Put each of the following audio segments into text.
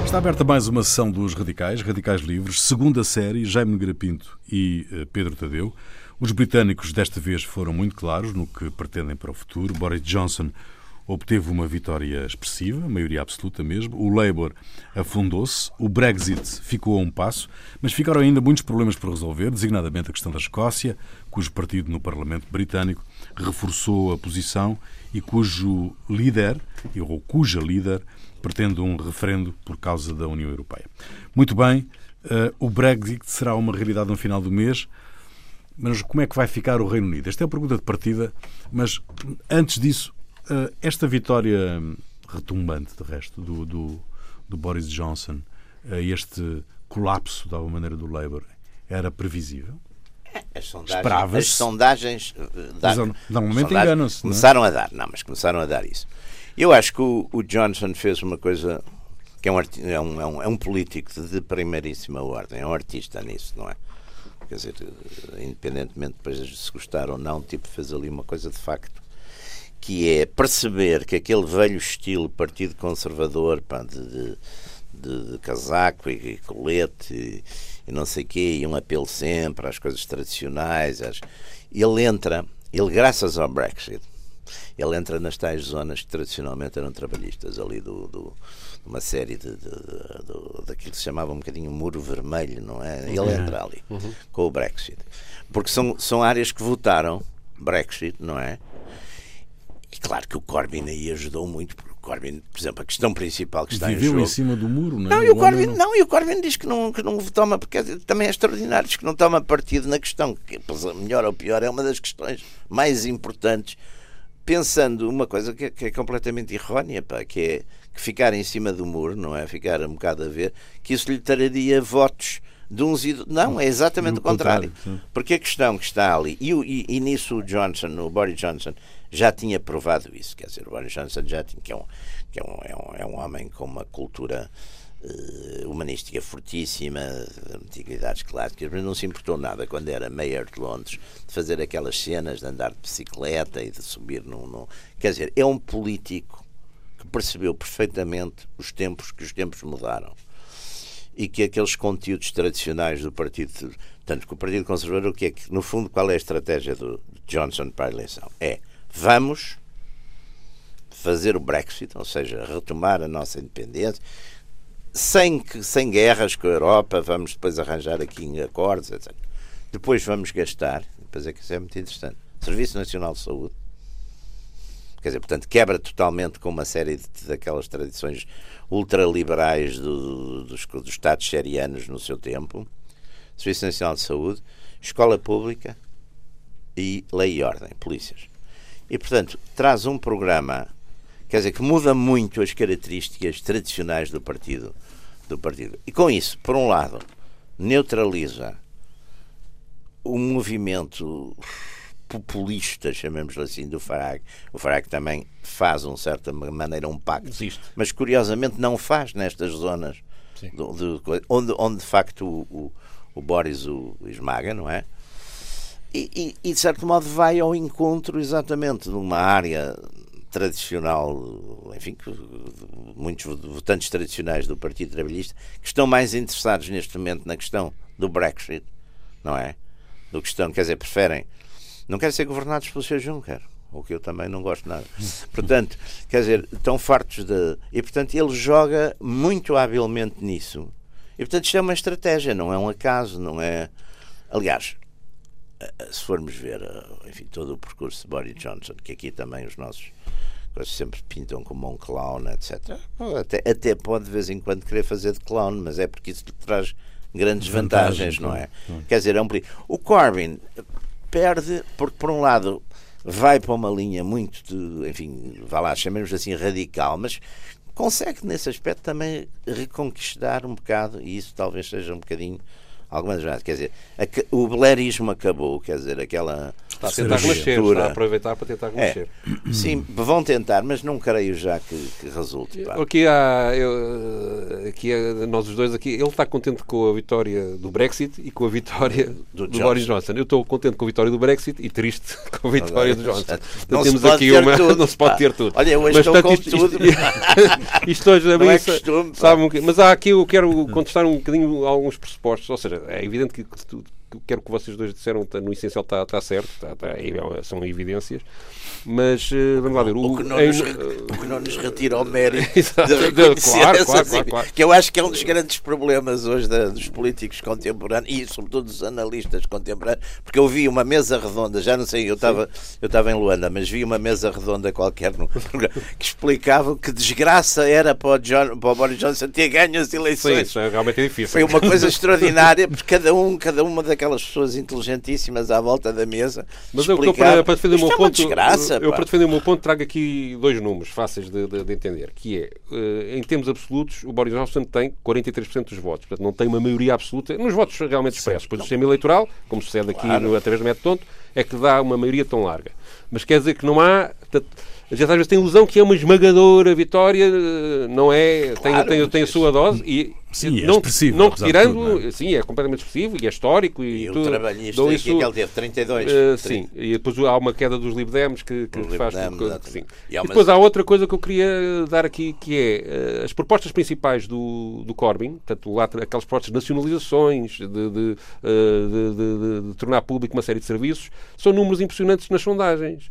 Está aberta mais uma sessão dos Radicais Livres, segunda série, Jaime Nogueira Pinto e Pedro Tadeu. Os britânicos desta vez foram muito claros no que pretendem para o futuro. Boris Johnson obteve uma vitória expressiva, maioria absoluta mesmo. O Labour afundou-se. O Brexit ficou a um passo, mas ficaram ainda muitos problemas por resolver, designadamente a questão da Escócia, cujo partido no Parlamento Britânico reforçou a posição e cuja líder pretende um referendo por causa da União Europeia. Muito bem, o Brexit será uma realidade no final do mês, mas como é que vai ficar o Reino Unido? Esta é a pergunta de partida, mas antes disso, esta vitória retumbante, de resto, do Boris Johnson, este colapso, de alguma maneira, do Labour, era previsível? As sondagens normalmente enganam-se. Começaram a dar, mas começaram a dar isso. Eu acho que o Johnson fez uma coisa que é um político de primeiríssima ordem, é um artista nisso, não é? Quer dizer, independentemente depois de se gostar ou não, fez ali uma coisa de facto, que é perceber que aquele velho estilo Partido Conservador, de casaco e colete e não sei o quê, e um apelo sempre às coisas tradicionais, ele graças ao Brexit, ele entra nas tais zonas que tradicionalmente eram trabalhistas, ali de uma série daquilo que se chamava um bocadinho Muro Vermelho, não é? Ele entra ali com o Brexit, porque são áreas que votaram Brexit, não é? E claro que o Corbyn aí ajudou muito, porque o Corbyn, por exemplo, a questão principal que está em jogo... Viveu em cima do muro, não é? E o Corbyn diz que não toma, porque também é extraordinário, diz que não toma partido na questão, que melhor ou pior é uma das questões mais importantes, pensando uma coisa que é completamente errónea, que é que ficar em cima do muro, não é? Ficar um bocado a ver, que isso lhe traria votos de uns e de... Não, é exatamente o contrário. Porque a questão que está ali, e nisso o Boris Johnson já tinha provado isso, quer dizer, o Boris Johnson já tinha, que é um homem com uma cultura humanística fortíssima, de antiguidades clássicas, mas não se importou nada quando era mayor de Londres de fazer aquelas cenas de andar de bicicleta e de subir Quer dizer, é um político que percebeu perfeitamente os tempos mudaram e que aqueles conteúdos tradicionais do partido, tanto que o Partido Conservador, no fundo, qual é a estratégia do Johnson para a eleição? Vamos fazer o Brexit, ou seja, retomar a nossa independência, sem guerras com a Europa, vamos depois arranjar aqui em acordos, etc. Depois vamos gastar, depois é que isso é muito interessante, Serviço Nacional de Saúde, quer dizer, portanto, quebra totalmente com uma série daquelas tradições ultraliberais dos Estados serianos no seu tempo, Serviço Nacional de Saúde, Escola Pública e Lei e Ordem, polícias. E, portanto, traz um programa, quer dizer, que muda muito as características tradicionais do partido. E com isso, por um lado, neutraliza o movimento populista, chamemos-lhe assim, do Farage. O Farage também faz, de certa maneira, um pacto. Existe. Mas, curiosamente, não faz nestas zonas onde de facto, o Boris o esmaga, não é? E, de certo modo, vai ao encontro exatamente de uma área tradicional, enfim, muitos votantes tradicionais do Partido Trabalhista que estão mais interessados neste momento na questão do Brexit, não é? Quer dizer, não querem ser governados pelo Sr. Juncker, o que eu também não gosto nada. Portanto, quer dizer, estão fartos e, portanto, ele joga muito habilmente nisso. E, portanto, isto é uma estratégia, não é um acaso, não é... Aliás, se formos ver, enfim, todo o percurso de Boris Johnson, que aqui também os nossos sempre pintam como um clown, etc. Até pode de vez em quando querer fazer de clown, mas é porque isso lhe traz grandes vantagens, não é? Quer dizer, o Corbyn perde porque, por um lado, vai para uma linha muito enfim, chamemos assim, radical, mas consegue nesse aspecto também reconquistar um bocado, e isso talvez seja um bocadinho algumas vezes, quer dizer, o blairismo acabou, quer dizer, aquela Está a tentar renascer, está a aproveitar para tentar renascer. Sim, vão tentar, mas não creio já que resulte. Pá. Nós os dois aqui, ele está contente com a vitória do Brexit e com a vitória do Boris Johnson. Eu estou contente com a vitória do Brexit e triste com a vitória do Johnson. Não temos aqui não se pode ter tudo. Olha, eu hoje estou com tudo. Isto hoje não é costume. Mas há aqui, eu quero contestar um bocadinho alguns pressupostos. Ou seja, é evidente que quero que vocês dois disseram, no essencial está certo, são evidências, mas vamos lá ver. O que não nos retira o mérito de reconhecer claro. Que eu acho que é um dos grandes problemas hoje dos políticos contemporâneos e sobretudo dos analistas contemporâneos, porque eu vi uma mesa redonda, já não sei, eu estava em Luanda, mas vi uma mesa redonda qualquer que explicava que desgraça era para o Boris Johnson ter ganho as eleições. Sim, isso realmente é difícil. Foi uma coisa extraordinária, porque cada uma daquelas pessoas inteligentíssimas à volta da mesa. Mas para defender o meu ponto, desgraça, para defender o meu ponto, trago aqui dois números fáceis de entender, que é, em termos absolutos, o Boris Johnson tem 43% dos votos, portanto não tem uma maioria absoluta nos votos realmente expressos. Depois o sistema eleitoral, como sucede aqui através do método tonto, é que dá uma maioria tão larga. Mas quer dizer que não há... A gente às vezes tem a ilusão que é uma esmagadora vitória, não é? Tem a sua dose e sim, não, é expressivo, não retirando, tudo, não é? Sim, é completamente expressivo e é histórico. E tudo, o trabalhista que ele teve, 32. Sim, e depois há uma queda dos Libdems que faz tudo. Sim. E depois há outra coisa que eu queria dar aqui, que é as propostas principais do Corbyn, portanto, lá, aquelas propostas de nacionalizações, de tornar público uma série de serviços, são números impressionantes nas sondagens.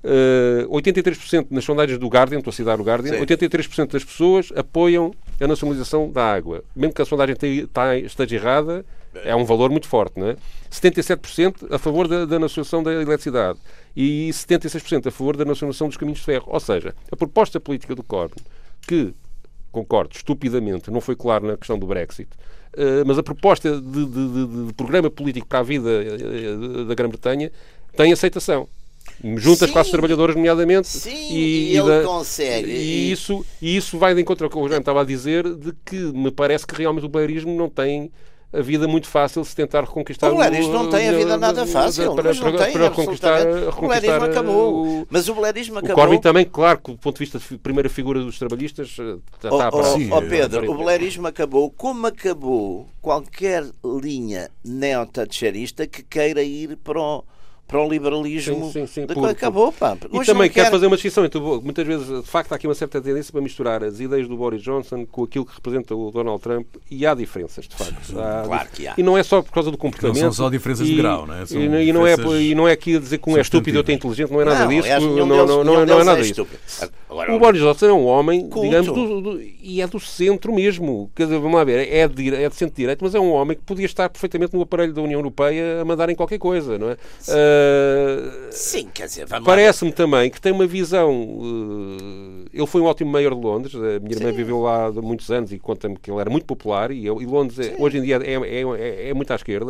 83% nas sondagens do Guardian, estou a citar o Guardian, 83% das pessoas apoiam a nacionalização da água. Mesmo que a sondagem esteja errada, é um valor muito forte, não é? 77% a favor da nacionalização da eletricidade e 76% a favor da nacionalização dos caminhos de ferro. Ou seja, a proposta política do Corbyn, que, concordo, estupidamente, não foi claro na questão do Brexit, mas a proposta de programa político para a vida da Grã-Bretanha tem aceitação. Junto às classes trabalhadoras, nomeadamente. Sim, e ele consegue. E isso vai de encontro ao que o Jean estava a dizer, de que me parece que realmente o blairismo não tem a vida muito fácil se tentar reconquistar o blairismo não tem a vida nada fácil para reconquistar o blairismo acabou, mas o blairismo acabou. O Corbyn também, claro, que do ponto de vista de primeira figura dos trabalhistas está para Pedro, o blairismo acabou como acabou qualquer linha neo-thatcherista que queira ir para o liberalismo. Sim. Acabou, pá. E também quero fazer uma distinção entre, muitas vezes, de facto, há aqui uma certa tendência para misturar as ideias do Boris Johnson com aquilo que representa o Donald Trump, e há diferenças, de facto. Claro que há. E não é só por causa do comportamento. Não são só diferenças de grau, não é? E não é aqui a dizer que um é estúpido e outro é inteligente, não é nada disso. Não é nada disso. O Boris Johnson é um homem, digamos, e é do centro mesmo. Quer dizer, vamos lá ver, é de centro-direito, mas é um homem que podia estar perfeitamente no aparelho da União Europeia a mandar em qualquer coisa, não é? Sim, quer dizer, parece-me também que tem uma visão. Ele foi um ótimo mayor de Londres. A minha irmã viveu lá há muitos anos e conta-me que ele era muito popular. E Londres, hoje em dia, é muito à esquerda.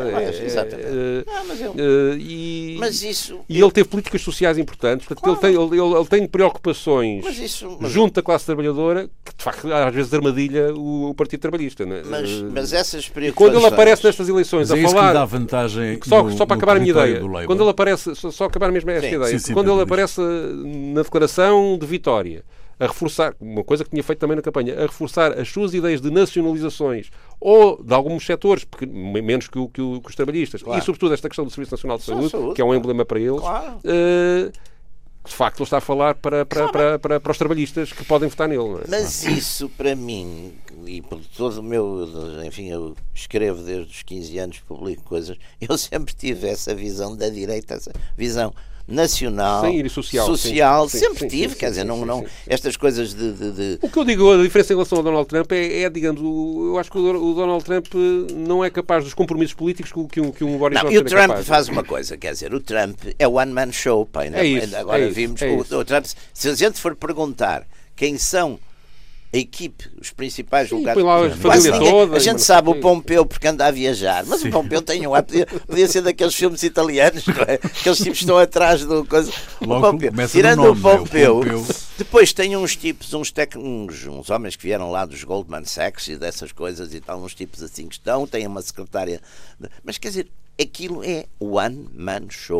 E ele teve políticas sociais importantes. Portanto, ele tem preocupações junto à classe trabalhadora que, de facto, às vezes armadilha o Partido Trabalhista. Não é? Mas essas preocupações. Quando ele aparece nestas eleições a falar. Que dá vantagem só para acabar a minha ideia. Quando ele aparece, só acabar mesmo esta ideia. Quando ele aparece na declaração de Vitória, a reforçar, uma coisa que tinha feito também na campanha, a reforçar as suas ideias de nacionalizações ou de alguns setores, porque, menos que os trabalhistas, e sobretudo esta questão do Serviço Nacional de Saúde, que é um emblema para eles, de facto ele está a falar para os trabalhistas que podem votar nele. Não é? Mas isso, para mim, e por todo o meu... Enfim, eu escrevo desde os 15 anos, publico coisas, eu sempre tive essa visão da direita, essa visão nacional, e social, sempre tive, quer dizer, não, estas coisas de... O que eu digo, a diferença em relação ao Donald Trump digamos, eu acho que o Donald Trump não é capaz dos compromissos políticos que um Boris Johnson é capaz. E o Trump faz uma coisa, quer dizer, o Trump é one-man show, pá, agora vimos o Trump, se a gente for perguntar quem são a equipe, os principais lugares. A gente sabe o Pompeu porque anda a viajar, mas o Pompeu tem podia ser daqueles filmes italianos, não é? Aqueles tipos que estão atrás do coisa. Tirando o Pompeu, depois tem uns tipos, uns homens que vieram lá dos Goldman Sachs e dessas coisas e tal, uns tipos assim que estão, tem uma secretária. Mas quer dizer, aquilo é one man show.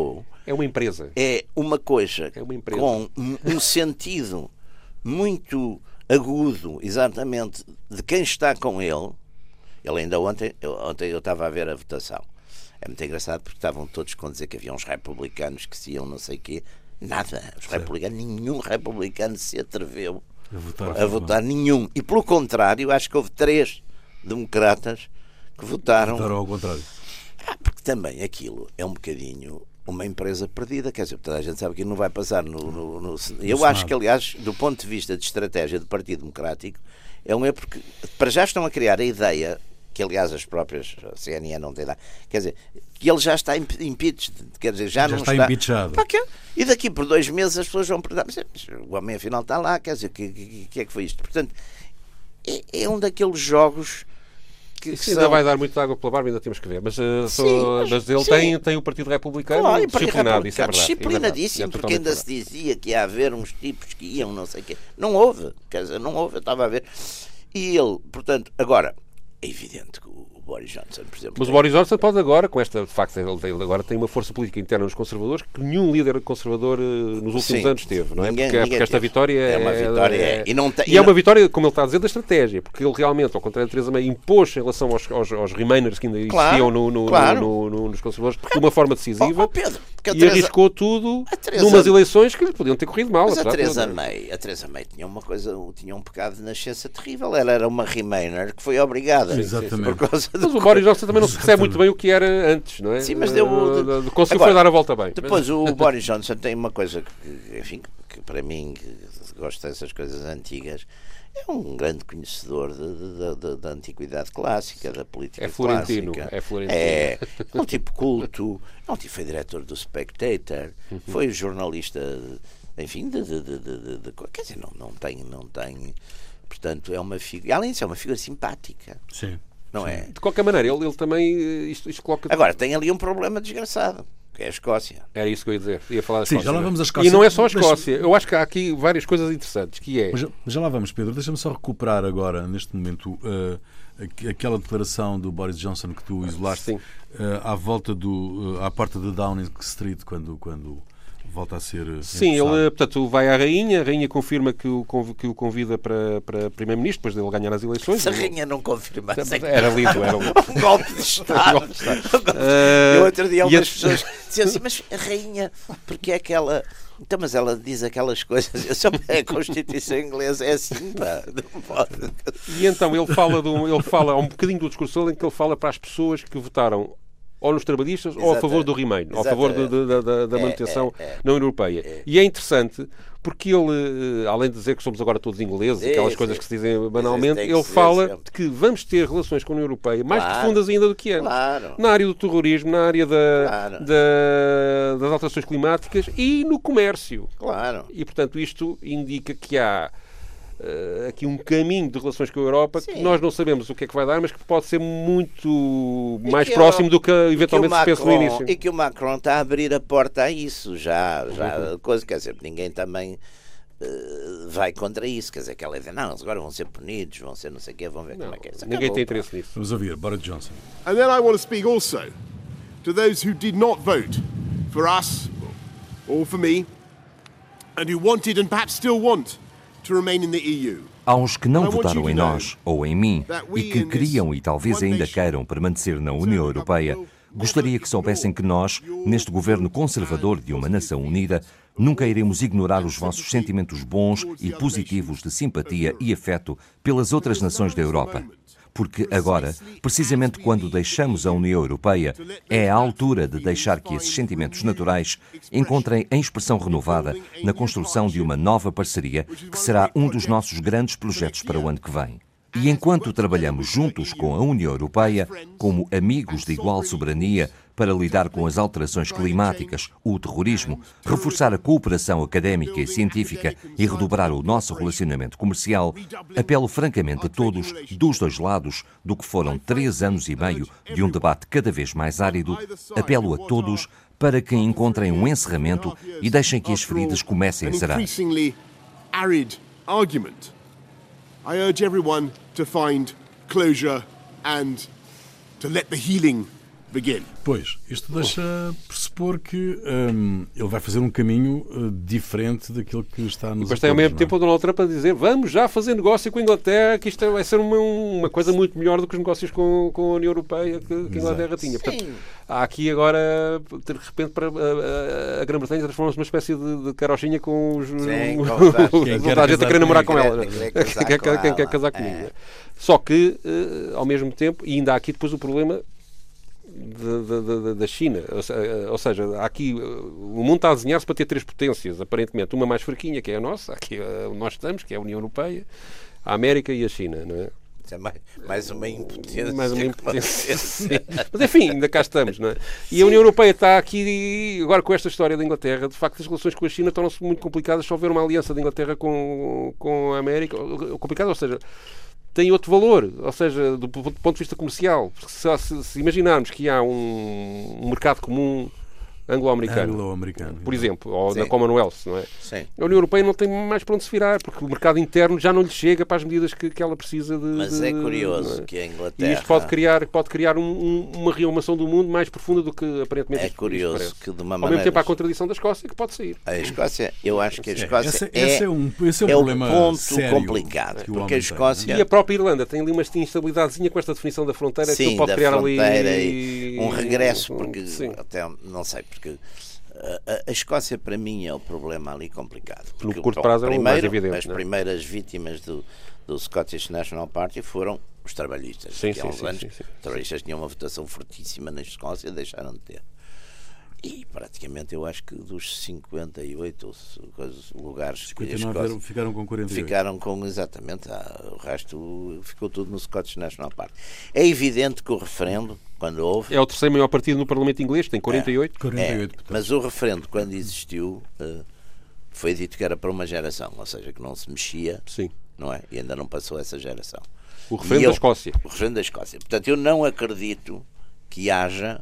É uma empresa. É uma coisa com um sentido muito agudo, exatamente, de quem está com ele. Ele ainda ontem eu estava a ver a votação. É muito engraçado porque estavam todos com dizer que havia uns republicanos que se iam não sei o quê. Nada. Os republicanos, nenhum republicano se atreveu a votar nenhum. E pelo contrário, acho que houve 3 democratas que votaram ao contrário. Porque também aquilo é um bocadinho uma empresa perdida, quer dizer, toda a gente sabe que não vai passar no eu acho que, aliás, do ponto de vista de estratégia do Partido Democrático, é um erro, porque para já estão a criar a ideia, que aliás as próprias CNN não têm dado, quer dizer, que ele já está impeached, quer dizer, já não está impeachado. E daqui por 2 meses as pessoas vão perguntar, mas o homem afinal está lá, quer dizer, que é que foi isto? Portanto, é um daqueles jogos que isso ainda vai dar muita água pela barba, ainda temos que ver. Mas ele tem o Partido Republicano disciplinado, isso é verdade. Disciplinadíssimo, porque ainda se dizia que ia haver uns tipos que iam, não sei o quê. Não houve, quer dizer, não houve, eu estava a ver. E ele, portanto, agora, é evidente que o Boris Johnson, por exemplo... Mas o Boris Johnson pode agora, com esta, de facto, ele agora tem uma força política interna nos conservadores que nenhum líder conservador nos últimos anos teve, não é? Porque esta vitória é uma vitória. E é uma vitória, como ele está a dizer, da estratégia, porque ele realmente, ao contrário de Theresa May, impôs em relação aos Remainers que ainda existiam nos conservadores de uma forma decisiva e arriscou tudo numas eleições que lhe podiam ter corrido mal. Mas a Theresa May tinha uma coisa, tinha um pecado de nascença terrível. Ela era uma Remainer que foi obrigada. Exatamente. Mas o Boris Johnson também não se percebe muito bem o que era antes, não é? Sim, mas conseguiu foi dar a volta bem. Depois o Boris Johnson tem uma coisa que, enfim, que para mim, que gosto dessas coisas antigas, é um grande conhecedor da antiguidade clássica, da política clássica. É florentino. É um tipo culto, foi diretor do Spectator, foi jornalista, enfim, quer dizer, não tem, portanto, é uma figura, além disso, é uma figura simpática. Sim. Não é? De qualquer maneira, ele também isto coloca... Agora, tem ali um problema desgraçado, que é a Escócia. Era isso que eu ia dizer. Ia falar da Sim, Escócia. já lá vamos à Escócia. E não é só a Escócia. Eu acho que há aqui várias coisas interessantes, que é... Mas já lá vamos, Pedro. Deixa-me só recuperar agora, neste momento, aquela declaração do Boris Johnson que tu isolaste à volta à porta de Downing Street, quando volta a ser... Sim, ele, portanto, vai à Rainha, a Rainha confirma que o convida para Primeiro-Ministro, depois dele ganhar as eleições. Se a Rainha não confirmasse... Era lindo. Um golpe de Estado. Eu outro dia algumas pessoas diziam assim, mas a Rainha, porque é que ela... Então, mas ela diz aquelas coisas, a Constituição inglesa é assim, pá, não pode. E então ele fala há um bocadinho do discurso em que ele fala para as pessoas que votaram ou nos trabalhistas, ou a favor do Remain, ou a favor da manutenção na União Europeia. E é interessante porque ele, além de dizer que somos agora todos ingleses, aquelas coisas que se dizem banalmente, ele fala de que vamos ter relações com a União Europeia mais profundas ainda do que antes. Na área do terrorismo, na área das alterações climáticas e no comércio. E, portanto, isto indica que há aqui um caminho de relações com a Europa que nós não sabemos o que é que vai dar, mas que pode ser muito mais próximo do que eventualmente se pensa no início. E que o Macron está a abrir a porta a isso, já coisa, quer dizer, ninguém também vai contra isso, quer dizer, que ela diz, não, agora vão ser punidos, vão ser não sei o quê, vão ver como é que é. Ninguém tem interesse nisso. Vamos ouvir, Boris Johnson. And then I want to speak also to those who did not vote for us or for me and who wanted and perhaps still want to remain in the EU. Aos que não votaram em nós ou em mim e que queriam e talvez ainda queiram permanecer na União Europeia, gostaria que soubessem que nós, neste governo conservador de uma nação unida, nunca iremos ignorar os vossos sentimentos bons e positivos de simpatia e afeto pelas outras nações da Europa. Porque agora, precisamente quando deixamos a União Europeia, é a altura de deixar que esses sentimentos naturais encontrem a expressão renovada na construção de uma nova parceria que será um dos nossos grandes projetos para o ano que vem. E enquanto trabalhamos juntos com a União Europeia, como amigos de igual soberania, para lidar com as alterações climáticas, o terrorismo, reforçar a cooperação académica e científica e redobrar o nosso relacionamento comercial, apelo francamente a todos, dos dois lados, do que foram 3 anos e meio de um debate cada vez mais árido, apelo a todos para que encontrem um encerramento e deixem que as feridas comecem a sarar. I urge everyone to find closure and to let the healing begin. Pois, isto deixa pressupor que ele vai fazer um caminho diferente daquilo que está nos Mas tem ao mesmo tempo o Donald Trump a dizer vamos já fazer negócio com a Inglaterra, que isto vai ser uma coisa muito melhor do que os negócios com a União Europeia que a Inglaterra tinha. Portanto, há aqui agora, de repente, para a Grã-Bretanha transforma-se numa espécie de carochinha com os resultados a querer namorar com ela. Quem quer casar comigo. Só que, ao mesmo tempo, e ainda há aqui depois o problema da China, ou seja, há aqui o mundo está a desenhar-se para ter três potências, aparentemente uma mais fraquinha, que é a nossa, aqui nós estamos, que é a União Europeia, a América e a China, não é? Mais uma impotência. Mais uma impotência, sim. Mas enfim, ainda cá estamos, não é? E a União Europeia está aqui, agora com esta história da Inglaterra, de facto as relações com a China tornam-se muito complicadas se houver uma aliança da Inglaterra com a América, complicada, ou seja, tem outro valor, ou seja, do ponto de vista comercial. Se imaginarmos que há um mercado comum anglo-americano, por exemplo, ou na Commonwealth, não é? Sim. A União Europeia não tem mais para onde se virar, porque o mercado interno já não lhe chega para as medidas que ela precisa de... Mas é curioso que a Inglaterra... E isto pode criar uma rearrumação do mundo mais profunda do que aparentemente... É curioso que de uma Ao maneira... mesmo tempo há a contradição da Escócia que pode sair. A Escócia, eu acho que a Escócia esse é um problema ponto sério complicado, porque a Escócia... E a própria Irlanda tem ali uma instabilidadezinha com esta definição da fronteira, sim, que pode criar ali... E um regresso, porque até não sei, porque... A Escócia, para mim, é o problema ali complicado. No curto prazo é o mais evidente. As primeiras vítimas do Scottish National Party foram os trabalhistas. Os trabalhistas tinham uma votação fortíssima na Escócia e deixaram de ter. E praticamente eu acho que dos 58 lugares que a Escócia ficaram com 48. Ficaram com, exatamente, o resto ficou tudo no Scottish National Party. É evidente que o referendo, quando houve... É o terceiro maior partido no Parlamento inglês, tem 48. 48, mas o referendo, quando existiu, foi dito que era para uma geração, ou seja, que não se mexia, sim, não é? E ainda não passou essa geração. O referendo da Escócia. O referendo da Escócia. Portanto, eu não acredito que haja...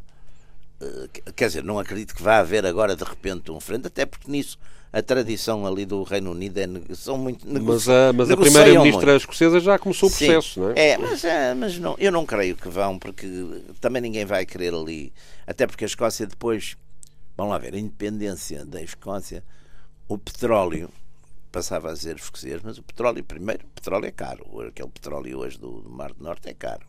Quer dizer, não acredito que vá haver agora de repente um referendo, até porque nisso a tradição ali do Reino Unido são muito mas a primeira-ministra escocesa já começou o processo, não é? Mas não, eu não creio que vão, porque também ninguém vai querer ali, até porque a Escócia depois, vamos lá ver, a independência da Escócia, o petróleo passava a ser escocês, mas o petróleo é caro, aquele petróleo hoje do Mar do Norte é caro.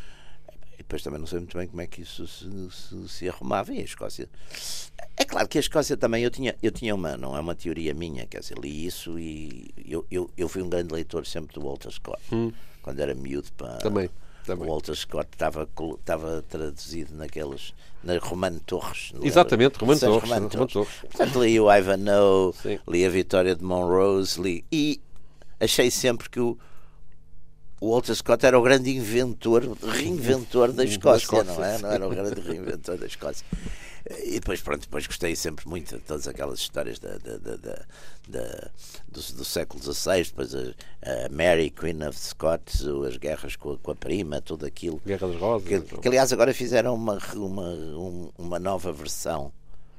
E depois também não sei muito bem como é que isso se arrumava. E a Escócia... É claro que a Escócia também... Eu tinha não é uma teoria minha, quer dizer, li isso e eu fui um grande leitor sempre do Walter Scott. Quando era miúdo, também. O Walter Scott estava traduzido na Romano Torres. Exatamente, Romano Torres. Portanto, li o Ivanhoe, li a Vitória de Monrose, e achei sempre que o Walter Scott era o grande reinventor da Escócia, não é? Não era o grande reinventor da Escócia. E depois gostei sempre muito de todas aquelas histórias do século XVI, depois a Mary, Queen of Scots, as guerras com a prima, tudo aquilo. Guerra das Rosas. Que aliás agora fizeram uma nova versão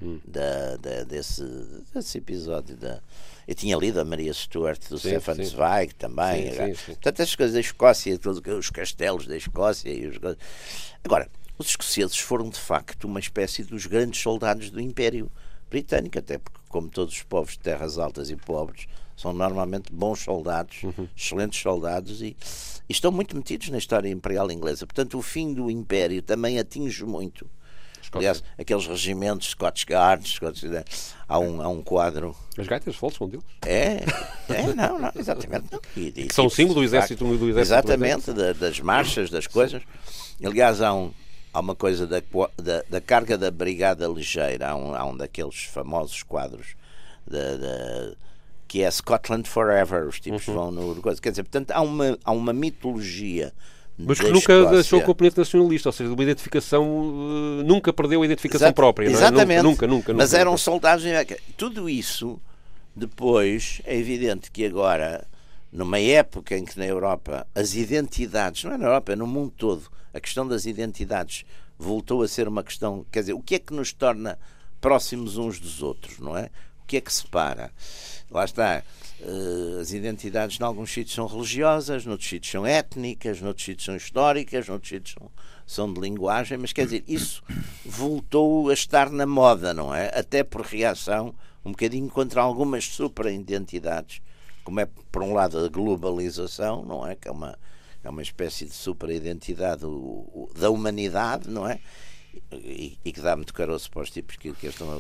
desse episódio eu tinha lido a Maria Stuart do Stefan Zweig também. Sim. Portanto, essas coisas da Escócia, os castelos da Escócia agora, os escoceses foram de facto uma espécie dos grandes soldados do Império Britânico, até porque, como todos os povos de terras altas e pobres, são normalmente bons soldados, excelentes soldados, e estão muito metidos na história imperial inglesa. Portanto, o fim do Império também atinge muito. Aliás, aqueles regimentos, Scottish Guards, há um quadro. As gaitas de fogo são deles? Não, exatamente. Que são símbolo do exército. Exatamente, das marchas, das coisas. Aliás, há uma coisa da carga da Brigada Ligeira, há um daqueles famosos quadros que é Scotland Forever, os tipos vão no coisa. Quer dizer, portanto, há uma mitologia. Mas que nunca deixou o componente nacionalista, ou seja, uma identificação, nunca perdeu a identificação própria. Exatamente. Nunca. Mas eram soldados. Tudo isso, depois, é evidente que agora, numa época em que na Europa as identidades, não é na Europa, é no mundo todo, a questão das identidades voltou a ser uma questão, quer dizer, o que é que nos torna próximos uns dos outros, não é? O que é que separa? Lá está. As identidades em alguns sítios são religiosas, noutros sítios são étnicas, noutros sítios são históricas, noutros sítios são de linguagem, mas quer dizer, isso voltou a estar na moda, não é? Até por reação um bocadinho contra algumas superidentidades, como é, por um lado, a globalização, não é? Que é uma espécie de superidentidade da humanidade, não é? E que dá muito caroço para os tipos que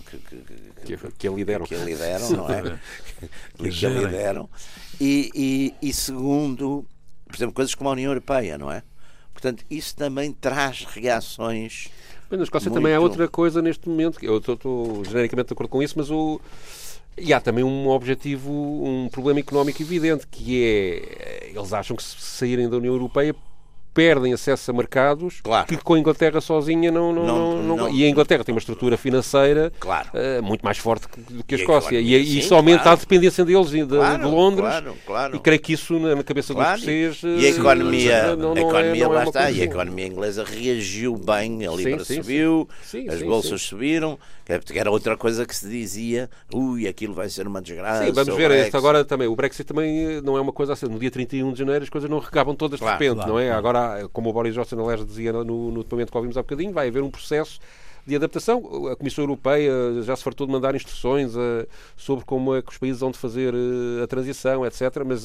a lideram. Que a lideram, não é? Que a lideram. E segundo, por exemplo, coisas como a União Europeia, não é? Portanto, isso também traz reações. Mas na Escócia também há outra coisa neste momento, que eu estou genericamente de acordo com isso, mas e há também um objetivo, um problema económico evidente, que é, eles acham que se saírem da União Europeia perdem acesso a mercados, claro, que com a Inglaterra sozinha não. E a Inglaterra tem uma estrutura financeira, claro, muito mais forte do que a Escócia. E isso aumenta, claro, a dependência deles de Londres. Claro. E creio que isso, na cabeça dos escoceses... E a economia, lá está, e a economia inglesa reagiu bem, a Libra subiu, as bolsas subiram, que era outra coisa que se dizia, aquilo vai ser uma desgraça. Sim, vamos ver, agora também, o Brexit também não é uma coisa assim, no dia 31 de janeiro as coisas não recabam todas de repente, não é? Agora, como o Boris Johnson, aliás, dizia no depoimento que ouvimos há bocadinho, vai haver um processo de adaptação. A Comissão Europeia já se fartou de mandar instruções sobre como é que os países vão de fazer a transição, etc. Mas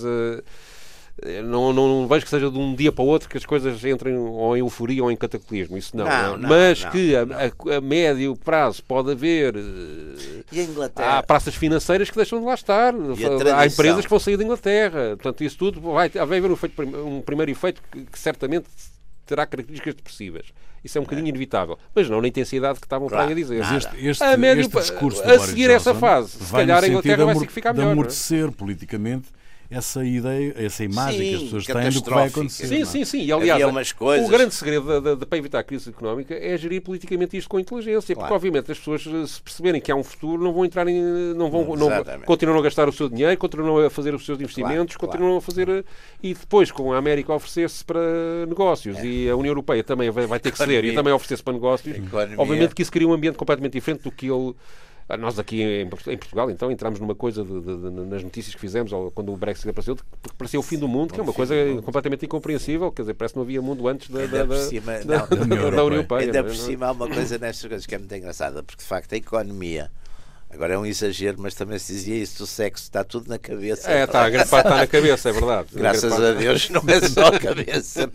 não vejo que seja de um dia para o outro que as coisas entrem ou em euforia ou em cataclismo. Isso não. Mas que a médio prazo pode haver... E a Inglaterra? Há praças financeiras que deixam de lá estar. Há empresas que vão sair da Inglaterra. Portanto, isso tudo vai haver um primeiro efeito que certamente terá características depressivas. Isso é um bocadinho inevitável. Mas não na intensidade que estavam para aí a dizer. Este discurso a seguir essa fase, se calhar a Inglaterra vai ser que ficar melhor. De amortecer politicamente essa ideia, essa imagem que as pessoas têm do que vai acontecer. Sim. E, aliás, o grande segredo para evitar a crise económica é gerir politicamente isto com inteligência, porque obviamente as pessoas, se perceberem que há um futuro, não vão entrar continuam a gastar o seu dinheiro, continuam a fazer os seus investimentos, continuam a fazer... E depois, com a América a oferecer-se para negócios e a União Europeia também vai ter que ceder e também oferecer-se para negócios, obviamente que isso cria um ambiente completamente diferente do que ele... Nós aqui em Portugal, então, entramos numa coisa nas notícias que fizemos quando o Brexit apareceu, porque parecia o fim do mundo, que é uma coisa completamente incompreensível, quer dizer, parece que não havia mundo antes da União Europeia. Ainda por cima há uma coisa nestas coisas que é muito engraçada, porque de facto a economia, agora é um exagero, mas também se dizia isso, o sexo está tudo na cabeça. A grande parte está na cabeça, é verdade. Graças a Deus não é só a cabeça.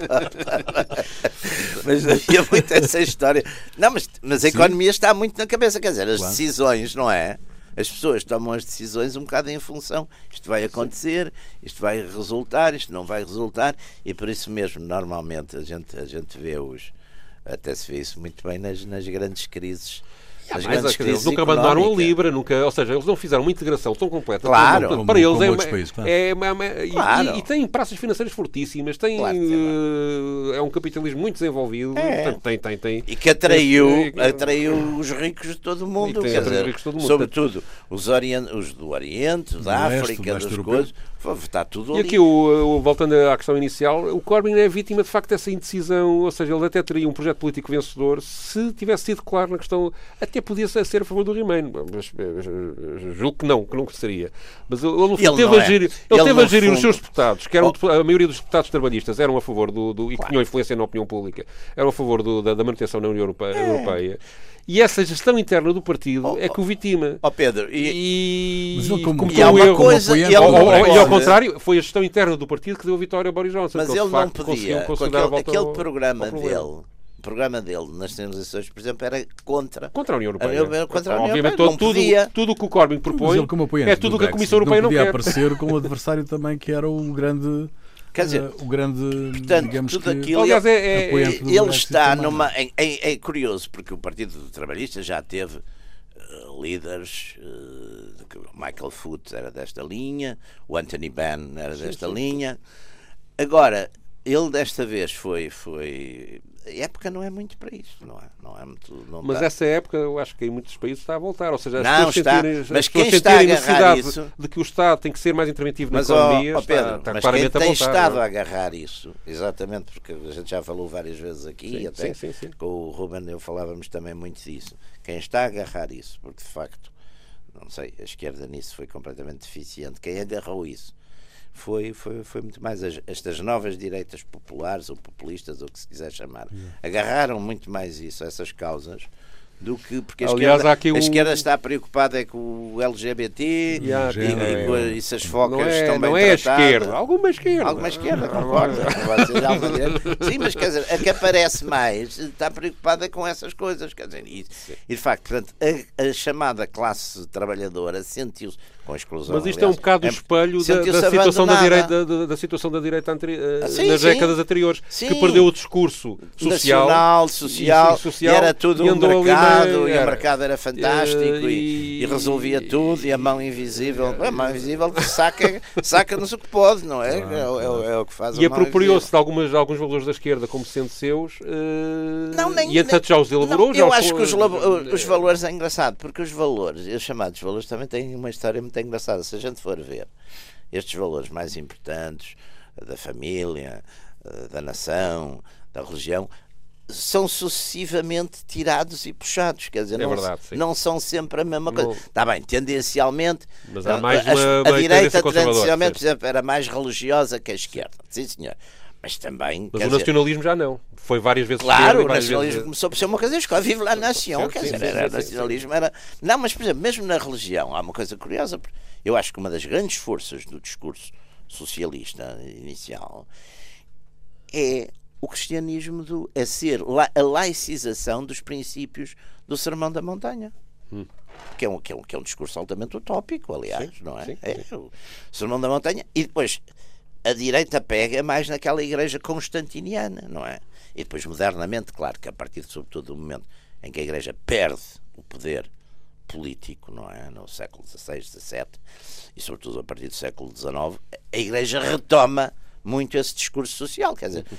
Mas havia muito essa história. Não, mas a economia está muito na cabeça, quer dizer, as decisões, não é? As pessoas tomam as decisões um bocado em função, isto vai acontecer, isto vai resultar, isto não vai resultar, e por isso mesmo, normalmente, a gente vê até se vê isso muito bem nas grandes crises. Eles nunca abandonaram a Libra, ou seja, eles não fizeram uma integração tão completa. Claro, para eles claro. E têm praças financeiras fortíssimas, é um capitalismo muito desenvolvido, portanto, tem. E que atraiu os ricos de todo o mundo, quer dizer, sobretudo os do Oriente, da África, das coisas. Está tudo ali. E aqui, voltando à questão inicial, o Corbyn é vítima de facto dessa indecisão, ou seja, ele até teria um projeto político vencedor se tivesse sido claro na questão, até podia ser a favor do Remain, mas julgo que não seria. Mas ele no fundo teve a gerir os seus deputados, que eram a maioria dos deputados trabalhistas eram a favor e que tinham influência na opinião pública, eram a favor da manutenção na União Europeia. E essa gestão interna do partido é que o vitima. Pedro, e ao contrário, foi a gestão interna do partido que deu a vitória a Boris Johnson. Mas ele não podia, com aquele programa dele. O programa dele nas transições, por exemplo, era contra a União Europeia. Obviamente, tudo o que o Corbyn propõe é tudo o que a Comissão Europeia não quer. Podia aparecer com o adversário também, que era o grande... Quer dizer, portanto, digamos tudo que... aquilo... Aliás, ele está numa... É curioso, porque o Partido Trabalhista já teve líderes... Michael Foot era desta linha, o Anthony Benn era desta linha. Agora, ele desta vez foi... A época não é muito para isso, não é muito... Mas essa época, eu acho que em muitos países está a voltar, ou seja, as pessoas sentirem necessidade de que o Estado tem que ser mais interventivo na economia, Pedro, está mas claramente quem tem estado a agarrar isso, exatamente, porque a gente já falou várias vezes aqui, sim. Com o Ruben eu falávamos também muito disso, quem está a agarrar isso, porque de facto, não sei, a esquerda nisso foi completamente deficiente, quem agarrou isso foi muito mais estas novas direitas populares ou populistas, ou o que se quiser chamar, agarraram muito mais essas causas, do que porque a esquerda está preocupada com o LGBT e se as focas estão bem tratadas. Não é a esquerda, alguma esquerda, concordo. Sim, mas quer dizer, a que aparece mais está preocupada com essas coisas, quer dizer, e de facto, portanto, a chamada classe trabalhadora sentiu-se com a exclusão. Mas isto é um bocado o espelho da situação da direita nas décadas anteriores, que perdeu o discurso social, e era tudo um mercado, e o mercado era fantástico e resolvia tudo, e a mão invisível que saca-nos o que pode, não é? É o que faz. E apropriou-se de alguns valores da esquerda como sendo seus, e entanto já os elaborou. Eu acho que os valores é engraçado, porque os chamados valores também têm uma história muito engraçada. Se a gente for ver estes valores mais importantes da família, da nação, da religião, são sucessivamente tirados e puxados, quer dizer, não são sempre a mesma coisa. Está bem, tendencialmente, mas há mais a direita tradicionalmente, por exemplo, era mais religiosa que a esquerda, sim senhor. Mas também. Mas o nacionalismo já não. Foi várias vezes. Claro, o nacionalismo começou por ser uma coisa escola. Vive lá a nação, quer dizer, nacionalismo era. Não, mas por exemplo, mesmo na religião, há uma coisa curiosa. Eu acho que uma das grandes forças do discurso socialista inicial é o cristianismo, é ser a laicização dos princípios do Sermão da Montanha. Que é um discurso altamente utópico, aliás, não é? É o Sermão da Montanha. E depois a direita pega mais naquela igreja constantiniana, não é? E depois, modernamente, claro que a partir, sobretudo, do momento em que a igreja perde o poder político, não é? No século XVI, XVII, e sobretudo a partir do século XIX, a igreja retoma muito esse discurso social, quer dizer,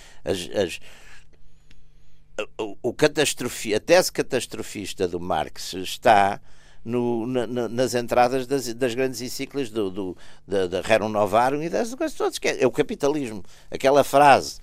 a tese catastrofista do Marx está nas entradas das grandes encíclicas da Rerum Novarum e das coisas todas, que é o capitalismo, aquela frase,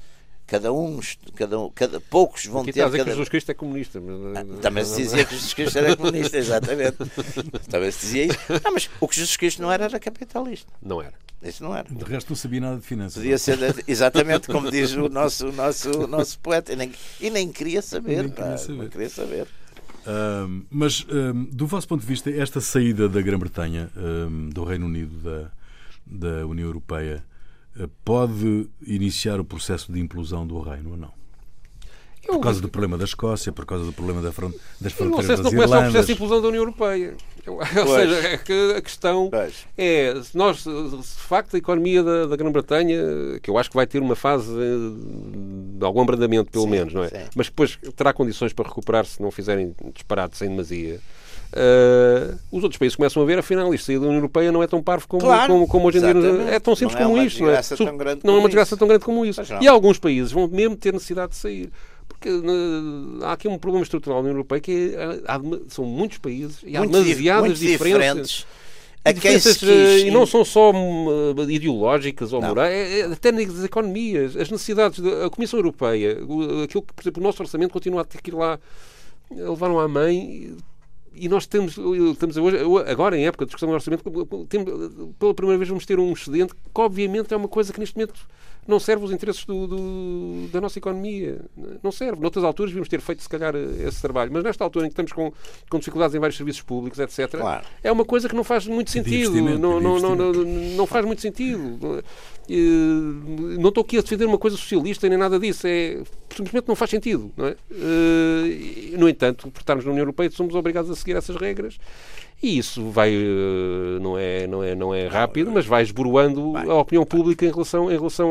poucos vão ter. Que Jesus Cristo é comunista. Também se dizia que Jesus Cristo era comunista, exatamente. Também se dizia isso. Não, mas o que Jesus Cristo não era capitalista. Não era. Isso não era. De resto, não sabia nada de finanças. Podia ser exatamente como diz o nosso poeta. E nem queria saber. Não queria saber. Mas, do vosso ponto de vista, esta saída da Grã-Bretanha, do Reino Unido, da União Europeia, pode iniciar o processo de implosão do Reino ou não? Por causa do problema da Escócia, por causa do problema das fronteiras das Irlandas. Não sei se não começa o processo de implosão da União Europeia. Ou seja, a questão é, se de facto a economia da Grã-Bretanha, que eu acho que vai ter uma fase de algum abrandamento, pelo menos, não é? Sim. Mas depois terá condições para recuperar se não fizerem disparates em demasia. Os outros países começam a ver, afinal, isto sair da União Europeia não é tão parvo como hoje em dia. É tão simples como isto. Não é uma desgraça tão grande como isso. E alguns países vão mesmo ter necessidade de sair. Porque há aqui um problema estrutural na União Europeia que são muitos países e há demasiadas diferenças. E não são só ideológicas ou morais, até nas economias, as necessidades da Comissão Europeia, aquilo que, por exemplo, o nosso orçamento continua a ter que ir lá, levaram à mãe. E nós estamos hoje, agora em época de discussão do orçamento, pela primeira vez vamos ter um excedente que obviamente é uma coisa que neste momento não serve os interesses da nossa economia. Não serve. Noutras alturas devíamos ter feito se calhar esse trabalho, mas nesta altura em que estamos com dificuldades em vários serviços públicos, etc., é uma coisa que não faz muito sentido. Não faz muito sentido. Não estou aqui a defender uma coisa socialista nem nada disso. Simplesmente não faz sentido. Não é? No entanto, por estarmos na União Europeia, somos obrigados a seguir essas regras. E isso vai, não é rápido, mas vai esboroando a opinião pública em relação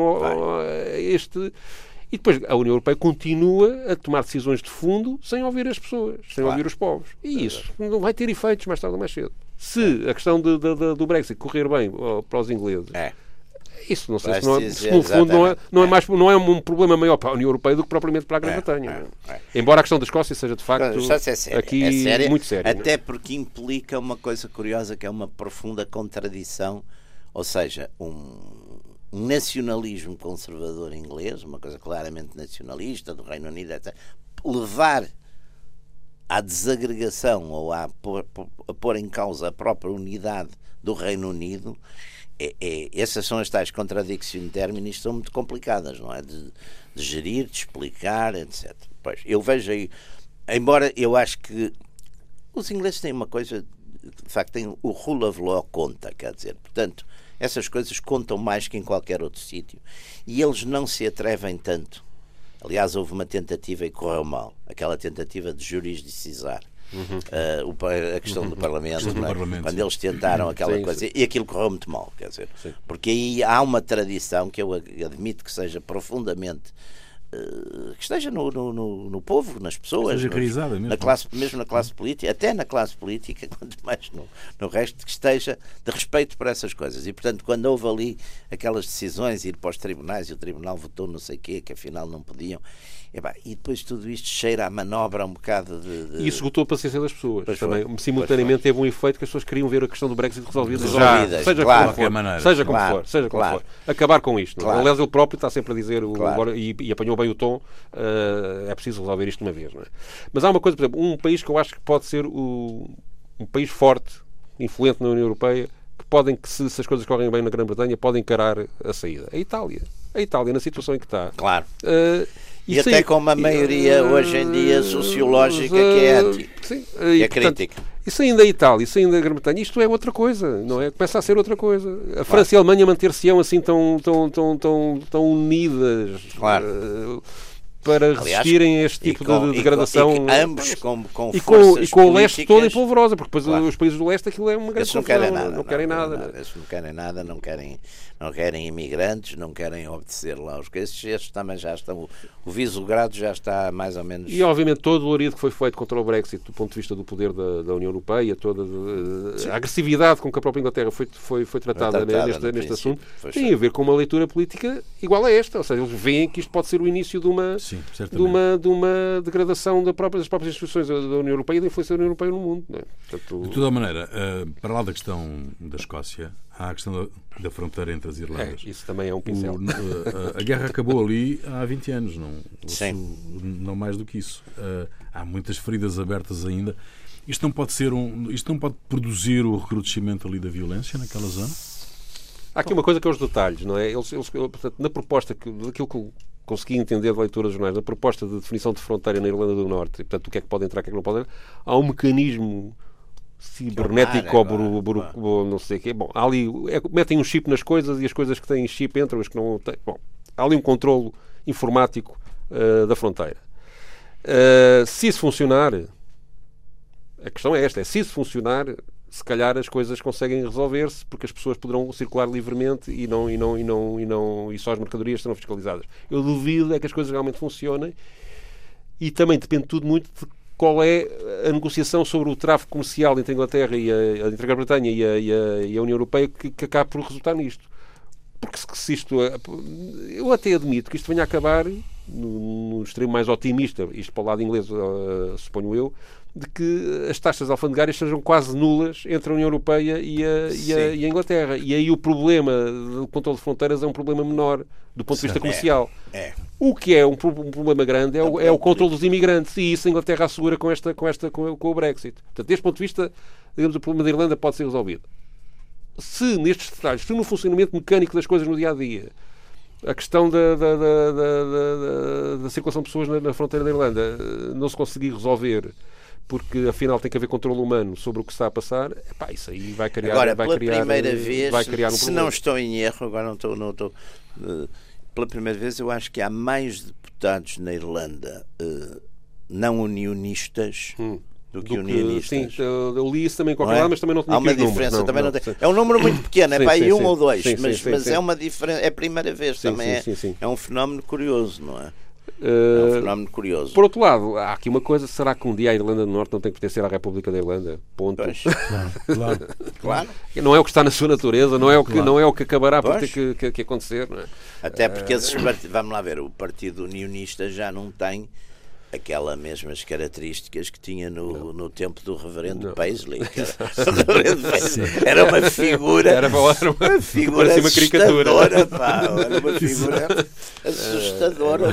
a este. E depois a União Europeia continua a tomar decisões de fundo sem ouvir as pessoas, sem ouvir os povos. E isso não vai ter efeitos mais tarde ou mais cedo. Se a questão do Brexit correr bem para os ingleses, isso não sei se no fundo não é um problema maior para a União Europeia do que propriamente para a Grã-Bretanha. Embora a questão da Escócia seja de facto aqui muito séria. Até porque implica uma coisa curiosa que é uma profunda contradição, ou seja, um nacionalismo conservador inglês, uma coisa claramente nacionalista do Reino Unido, etc., levar à desagregação ou a pôr em causa a própria unidade do Reino Unido, essas são as tais contradiction terminis, são muito complicadas, não é? De gerir, de explicar, etc. Pois, eu vejo aí, embora eu acho que os ingleses têm uma coisa, de facto, tem o rule of law conta, quer dizer, portanto, essas coisas contam mais que em qualquer outro sítio. E eles não se atrevem tanto. Aliás, houve uma tentativa e correu mal. Aquela tentativa de jurisdicionar a questão do Parlamento, quando eles tentaram aquela coisa. E aquilo correu muito mal, quer dizer. Sim. Porque aí há uma tradição que eu admito que seja profundamente... que esteja no povo, nas pessoas, mesmo na classe política, até na classe política, quanto mais no resto, que esteja de respeito por essas coisas. E, portanto, quando houve ali aquelas decisões, ir para os tribunais, e o tribunal votou não sei o quê, que afinal não podiam, e depois tudo isto cheira a manobra um bocado de... E isso esgotou a paciência das pessoas. Também, simultaneamente teve um efeito que as pessoas queriam ver a questão do Brexit resolvida. Seja como for. Acabar com isto. Claro. Aliás, ele próprio está sempre a dizer, e apanhou bem o tom, é preciso resolver isto de uma vez. Não é? Mas há uma coisa, por exemplo, um país que eu acho que pode ser um país forte, influente na União Europeia, que se as coisas correm bem na Grã-Bretanha, pode encarar a saída. A Itália, na situação em que está. Claro. E até com uma maioria hoje em dia sociológica que é anti, que é crítica. Portanto, isso ainda é Itália, isso ainda é Grã-Bretanha, isto é outra coisa, não é? Começa a ser outra coisa. A França e a Alemanha manter-se-ão assim tão unidas. Claro. Para resistirem a este tipo de degradação. Ambos com e com o leste todo em polvorosa, porque depois os países do leste aquilo é uma grande confusão. Não querem nada, não querem imigrantes, não querem obedecer lá os que estes também já estão, o Visegrado já está mais ou menos... E obviamente todo o alarido que foi feito contra o Brexit do ponto de vista do poder da União Europeia, toda a agressividade com que a própria Inglaterra foi tratada neste assunto, tem a ver com uma leitura política igual a esta, ou seja, eles veem que isto pode ser o início de uma degradação das próprias instituições da União Europeia e da influência da União Europeia no mundo. Não é? Portanto, de toda a maneira, para lá da questão da Escócia, há a questão da fronteira entre as Irlandas. Isso também é um pincel. A guerra acabou ali há 20 anos, não mais do que isso. Há muitas feridas abertas ainda. Isto não pode produzir o recrudescimento ali da violência naquela zona? Há aqui uma coisa que é os detalhes, não é? Portanto, na proposta daquilo que eu consegui entender da leitura dos jornais, na proposta de definição de fronteira na Irlanda do Norte, e, portanto, o que é que pode entrar, o que é que não pode entrar, há um mecanismo cibernético ou não sei o quê. Bom, há ali, metem um chip nas coisas e as coisas que têm chip entram, as que não têm. Bom, há ali um controlo informático da fronteira. Se isso funcionar, a questão é esta, se isso funcionar, se calhar as coisas conseguem resolver-se porque as pessoas poderão circular livremente e só as mercadorias serão fiscalizadas. Eu duvido é que as coisas realmente funcionem e também depende tudo muito de qual é a negociação sobre o tráfico comercial entre a Inglaterra entre a Grã-Bretanha e a União Europeia que acaba por resultar nisto. Porque se isto... Eu até admito que isto venha a acabar, no extremo mais otimista, isto para o lado inglês, suponho eu, de que as taxas alfandegárias sejam quase nulas entre a União Europeia e a Inglaterra. E aí o problema do controle de fronteiras é um problema menor do ponto de vista comercial. O que é um problema grande é o controle dos imigrantes, e isso a Inglaterra assegura com o Brexit. Portanto, deste ponto de vista, digamos, o problema da Irlanda pode ser resolvido. Se nestes detalhes, se no funcionamento mecânico das coisas no dia-a-dia, a questão da circulação de pessoas na fronteira da Irlanda não se conseguir resolver, porque afinal tem que haver controle humano sobre o que está a passar, isso aí vai criar, agora, vai criar um se problema. Não estou em erro, agora não estou pela primeira vez eu acho que há mais deputados na Irlanda não unionistas do que unionistas. Sim, eu li isso também em qualquer lado, mas também não tinha uma diferença. Números, não. É um número muito pequeno, é para aí um ou dois, mas é uma diferença, é a primeira vez também. É um fenómeno curioso, não é? É um fenómeno curioso. Por outro lado, há aqui uma coisa: será que um dia a Irlanda do Norte não tem que pertencer à República da Irlanda? Ponto. Claro. Não é o que está na sua natureza, não é o que acabará por ter que acontecer. Não é? Até porque vamos lá ver, o Partido Unionista já não tem aquelas mesmas características que tinha no tempo do reverendo Paisley. Era uma figura. Era uma figura assustadora, pá, era uma figura assustadora.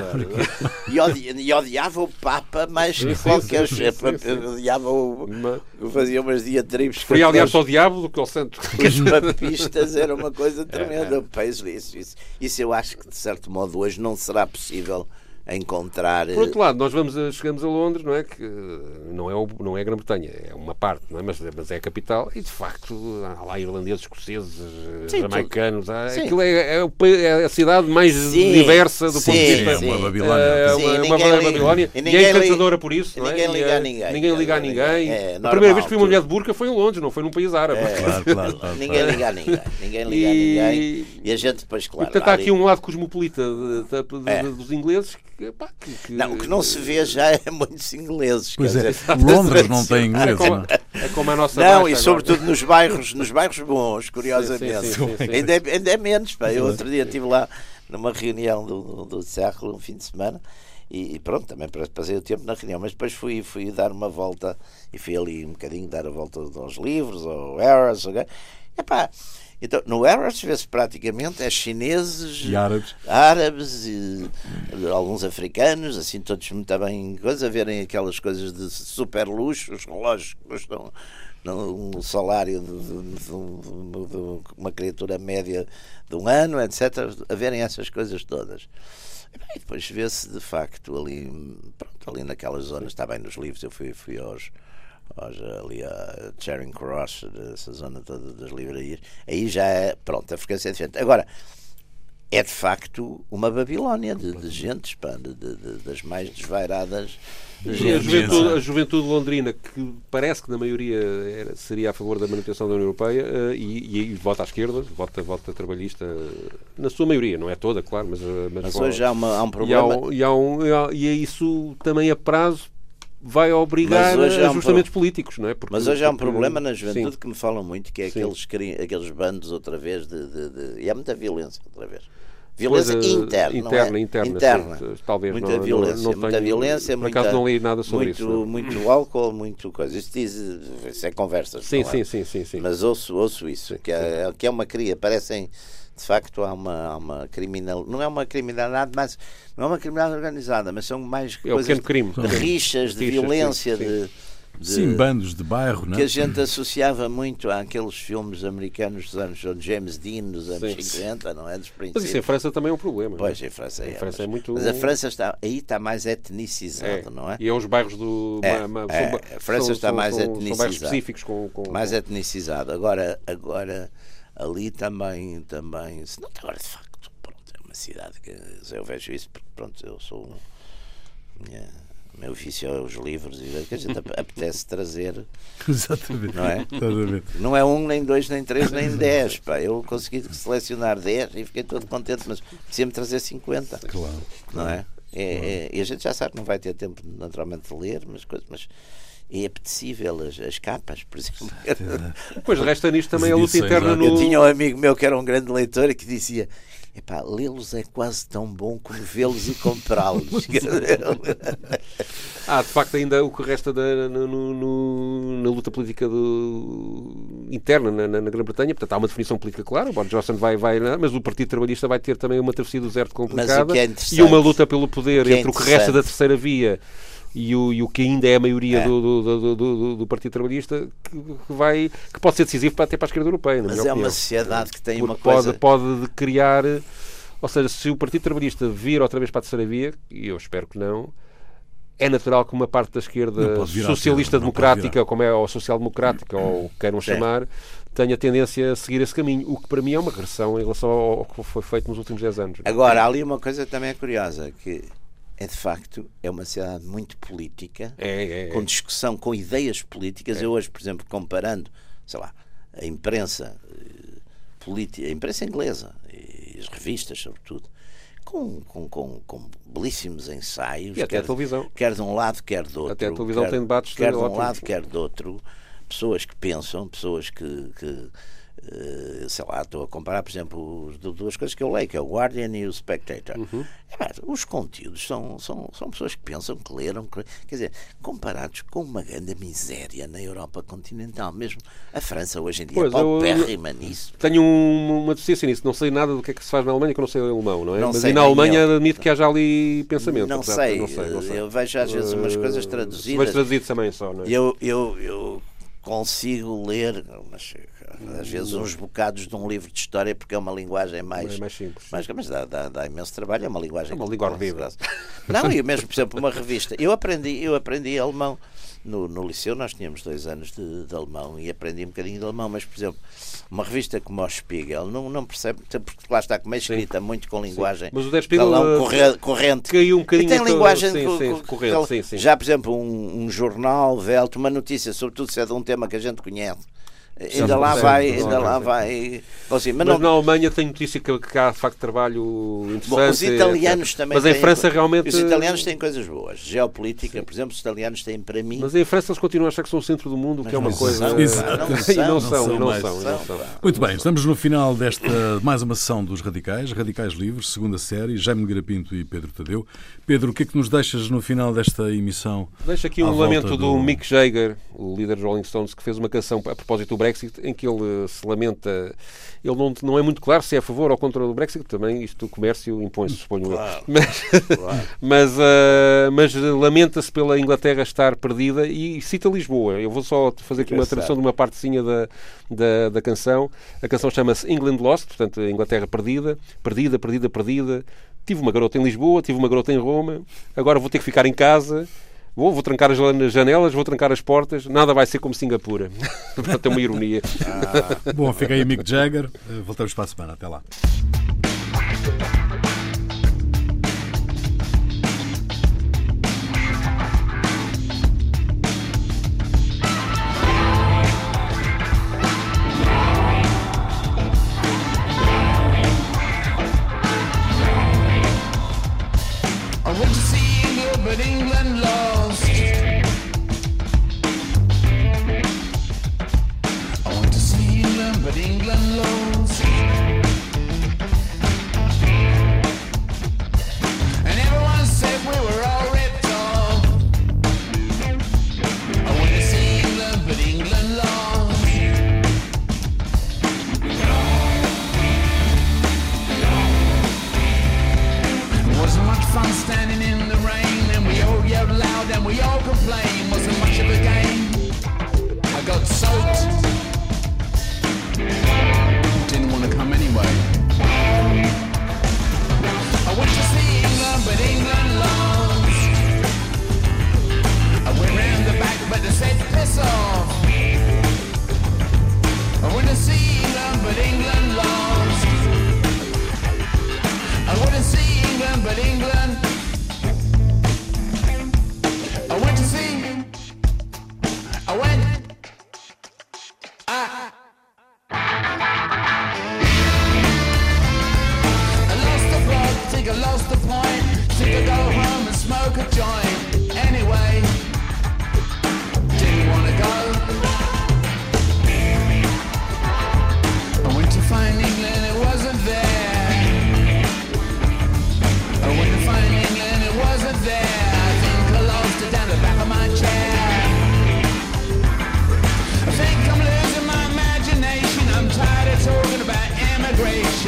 E odiava o Papa mais que qualquer chefe. Odiava fazia umas diatribes. Preferia aliás ao diabo do que ao santo. Os papistas era uma coisa tremenda. Paisley, isso eu acho que de certo modo hoje não será possível encontrar. Por outro lado, nós chegamos a Londres, não é? Que não é a Grã-Bretanha, é uma parte, não é? Mas é a capital, e de facto há lá irlandeses, escoceses, jamaicanos, aquilo é a cidade mais diversa do ponto de vista. É uma Babilónia. É uma Babilónia e é encantadora por isso. Ninguém liga a ninguém. Ninguém liga a ninguém. A primeira vez que fui uma mulher de burca foi em Londres, não foi num país árabe. Claro. Ninguém liga a ninguém. Ninguém liga a ninguém. E a gente depois, claro. E portanto há aqui um lado cosmopolita dos ingleses. Que não se vê já é muitos ingleses. Pois é, Londres não tem ingleses. É como a nossa não, e sobretudo nos bairros bons, curiosamente. Sim. Ainda é menos. Pá. Eu outro dia estive lá numa reunião do Cerro, um fim de semana, e pronto, também passei o tempo na reunião, mas depois fui dar uma volta e fui ali um bocadinho dar a volta aos livros, ao Harrods, então, no Harrods vê-se praticamente chineses e árabes e alguns africanos, assim todos muito bem, a verem aquelas coisas de super luxo, os relógios que custam um salário de uma criatura média de um ano, etc., a verem essas coisas todas. E depois vê-se de facto ali naquelas zonas, está bem nos livros, eu fui ali a Charing Cross, essa zona toda das livrarias, aí já é, a frequência é diferente. Agora, é de facto uma Babilónia de gentes, das mais desvairadas. A juventude londrina, que parece que na maioria seria a favor da manutenção da União Europeia e vota à esquerda, vota trabalhista, na sua maioria, não é toda, claro, mas hoje há um problema. E isso também a prazo vai obrigar ajustamentos políticos, não é? Mas hoje há um problema na juventude que me falam muito, que é aqueles bandos outra vez e há muita violência outra vez. Violência interna. Talvez muita violência, por acaso não li nada sobre isso. Muito álcool, muito coisa. Isso é conversas. Sim. Mas ouço isso, que é uma cria, parecem. De facto há uma criminalidade, não é uma criminalidade, mas não é uma criminalidade organizada, mas são mais coisas de rixas, de violência, sim, bandos de bairro, que a gente associava muito àqueles filmes americanos dos anos James Dean, dos anos 50, não é? Dos princípios. Mas isso em França também é um problema. Pois, em França é. É muito... Mas a França está mais etnicizado, não é? E é os bairros do... A França está mais etnicizado. São bairros específicos mais etnicizado. Agora ali também, se não, agora de facto, é uma cidade que eu vejo isso, porque eu sou o meu ofício é os livros e que a gente apetece trazer. Exatamente. Não é? Não é 1, nem 2, nem 3, nem 10. Eu consegui selecionar 10 e fiquei todo contente, mas precisa-me trazer 50. Claro. Não é? E a gente já sabe que não vai ter tempo naturalmente de ler, mas é apetecível as capas, por exemplo. Pois resta nisto também a luta interna no... Eu tinha um amigo meu que era um grande leitor e que dizia: lê-los é quase tão bom como vê-los e comprá-los. De facto, ainda o que resta na luta política interna na Grã-Bretanha, portanto há uma definição política clara, o Boris Johnson vai mas o Partido Trabalhista vai ter também uma travessia do deserto complicada e uma luta pelo poder entre o que resta da terceira via e o que ainda é a maioria do Partido Trabalhista, que pode ser decisivo até para a esquerda europeia. Mas é uma sociedade que tem uma coisa... Pode criar... Ou seja, se o Partido Trabalhista vir outra vez para a terceira via, e eu espero que não, é natural que uma parte da esquerda socialista-democrática, ou social-democrática, ou o que queiram chamar, tenha tendência a seguir esse caminho, o que para mim é uma regressão em relação ao que foi feito nos últimos 10 anos. Agora, há ali uma coisa que também é curiosa, que de facto uma sociedade muito política, com discussão, com ideias políticas. Eu hoje, por exemplo, comparando, a imprensa política, a imprensa inglesa e as revistas, sobretudo, com belíssimos ensaios, e até a televisão, quer de um lado, quer do outro. Até a televisão tem debates quer de um lado, quer do outro, pessoas que pensam, pessoas que sei lá, estou a comparar, por exemplo, duas coisas que eu leio, que é o Guardian e o Spectator. Os conteúdos são pessoas que pensam, que leram, quer dizer, comparados com uma grande miséria na Europa continental, mesmo a França hoje em dia é paupérrima nisso. Tenho uma deficiência nisso, não sei nada do que é que se faz na Alemanha, que eu não sei alemão, não é? Não mas sei, na Alemanha admito que haja ali pensamento. Não sei. Eu vejo às vezes umas coisas traduzidas. Mas traduzido também só, não é? Eu consigo ler, mas às vezes uns bocados de um livro de história, porque é uma linguagem mais simples. Mas dá imenso trabalho, é uma linguagem. É uma língua horrível. Não, e mesmo, por exemplo, uma revista. Eu aprendi alemão. No liceu nós tínhamos 2 anos de alemão e aprendi um bocadinho de alemão, mas, por exemplo, uma revista como o Spiegel não percebe, porque lá está, como é escrita muito com linguagem, mas o Der Spiegel corrente, caiu um bocadinho, e tem linguagem corrente. Sim. Já, por exemplo, um jornal, Welt, uma notícia, sobretudo se é de um tema que a gente conhece, ainda lá vai. Assim, mas na Alemanha tem notícia que há de facto trabalho interessante. Bom, os italianos também mas em França realmente. Os italianos têm coisas boas. Geopolítica, por exemplo, os italianos têm para mim. Mas em França eles continuam a achar que são o centro do mundo, que é uma coisa. Não são. Muito bem, estamos no final desta mais uma sessão dos Radicais Livres, segunda série, Jaime Nogueira Pinto e Pedro Tadeu. Pedro, o que é que nos deixas no final desta emissão? Deixa aqui um lamento do Mick Jagger, o líder dos Rolling Stones, que fez uma canção a propósito do Brexit, em que ele se lamenta. Ele não é muito claro se é a favor ou contra o Brexit, também isto do comércio impõe-se, suponho. Claro. Mas lamenta-se pela Inglaterra estar perdida e cita Lisboa. Eu vou só fazer aqui uma tradução de uma partezinha da canção. A canção chama-se England Lost, portanto, a Inglaterra perdida. Tive uma garota em Lisboa, tive uma garota em Roma, agora vou ter que ficar em casa. Vou trancar as janelas, vou trancar as portas, nada vai ser como Singapura. Portanto, é uma ironia. Bom, fica aí Mick Jagger. Voltamos para a semana. Até lá.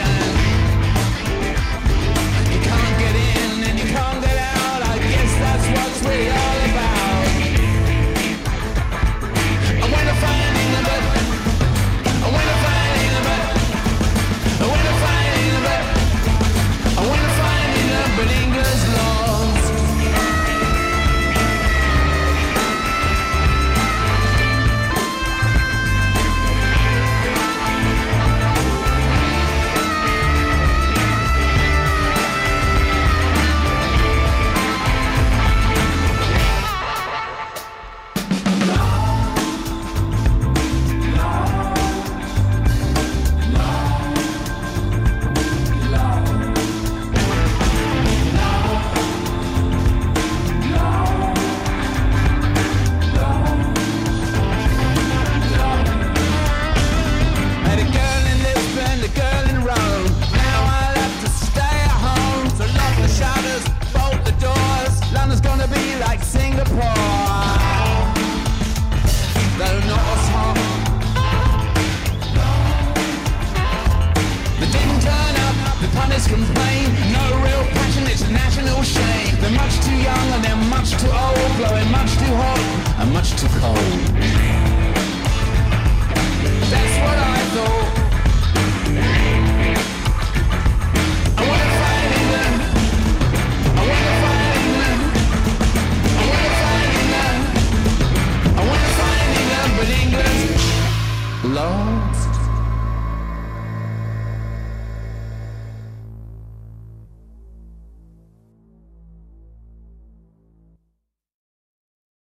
You can't get in and you can't get out. I guess that's what to come. That's what I